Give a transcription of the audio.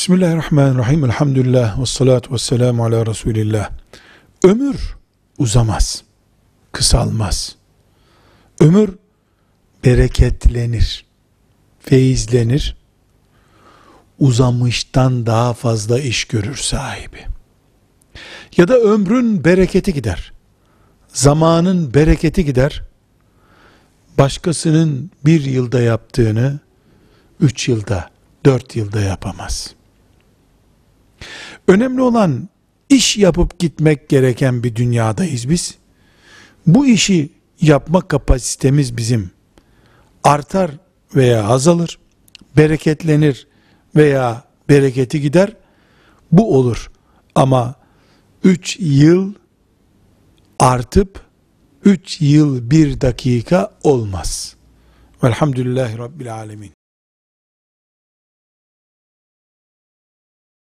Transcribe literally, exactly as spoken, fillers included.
Bismillahirrahmanirrahim. Elhamdülillah ve salatu ve selamu ala Resulillah. Ömür uzamaz, kısalmaz. Ömür bereketlenir, feyizlenir. Uzamıştan daha fazla iş görür sahibi. Ya da ömrün bereketi gider. Zamanın bereketi gider. Başkasının bir yılda yaptığını üç yılda, dört yılda yapamaz. Önemli olan iş yapıp gitmek gereken bir dünyadayız biz. Bu işi yapma kapasitemiz bizim artar veya azalır, bereketlenir veya bereketi gider. Bu olur. Ama üç yıl artıp üç yıl bir dakika olmaz. Velhamdülillahi Rabbil Alemin.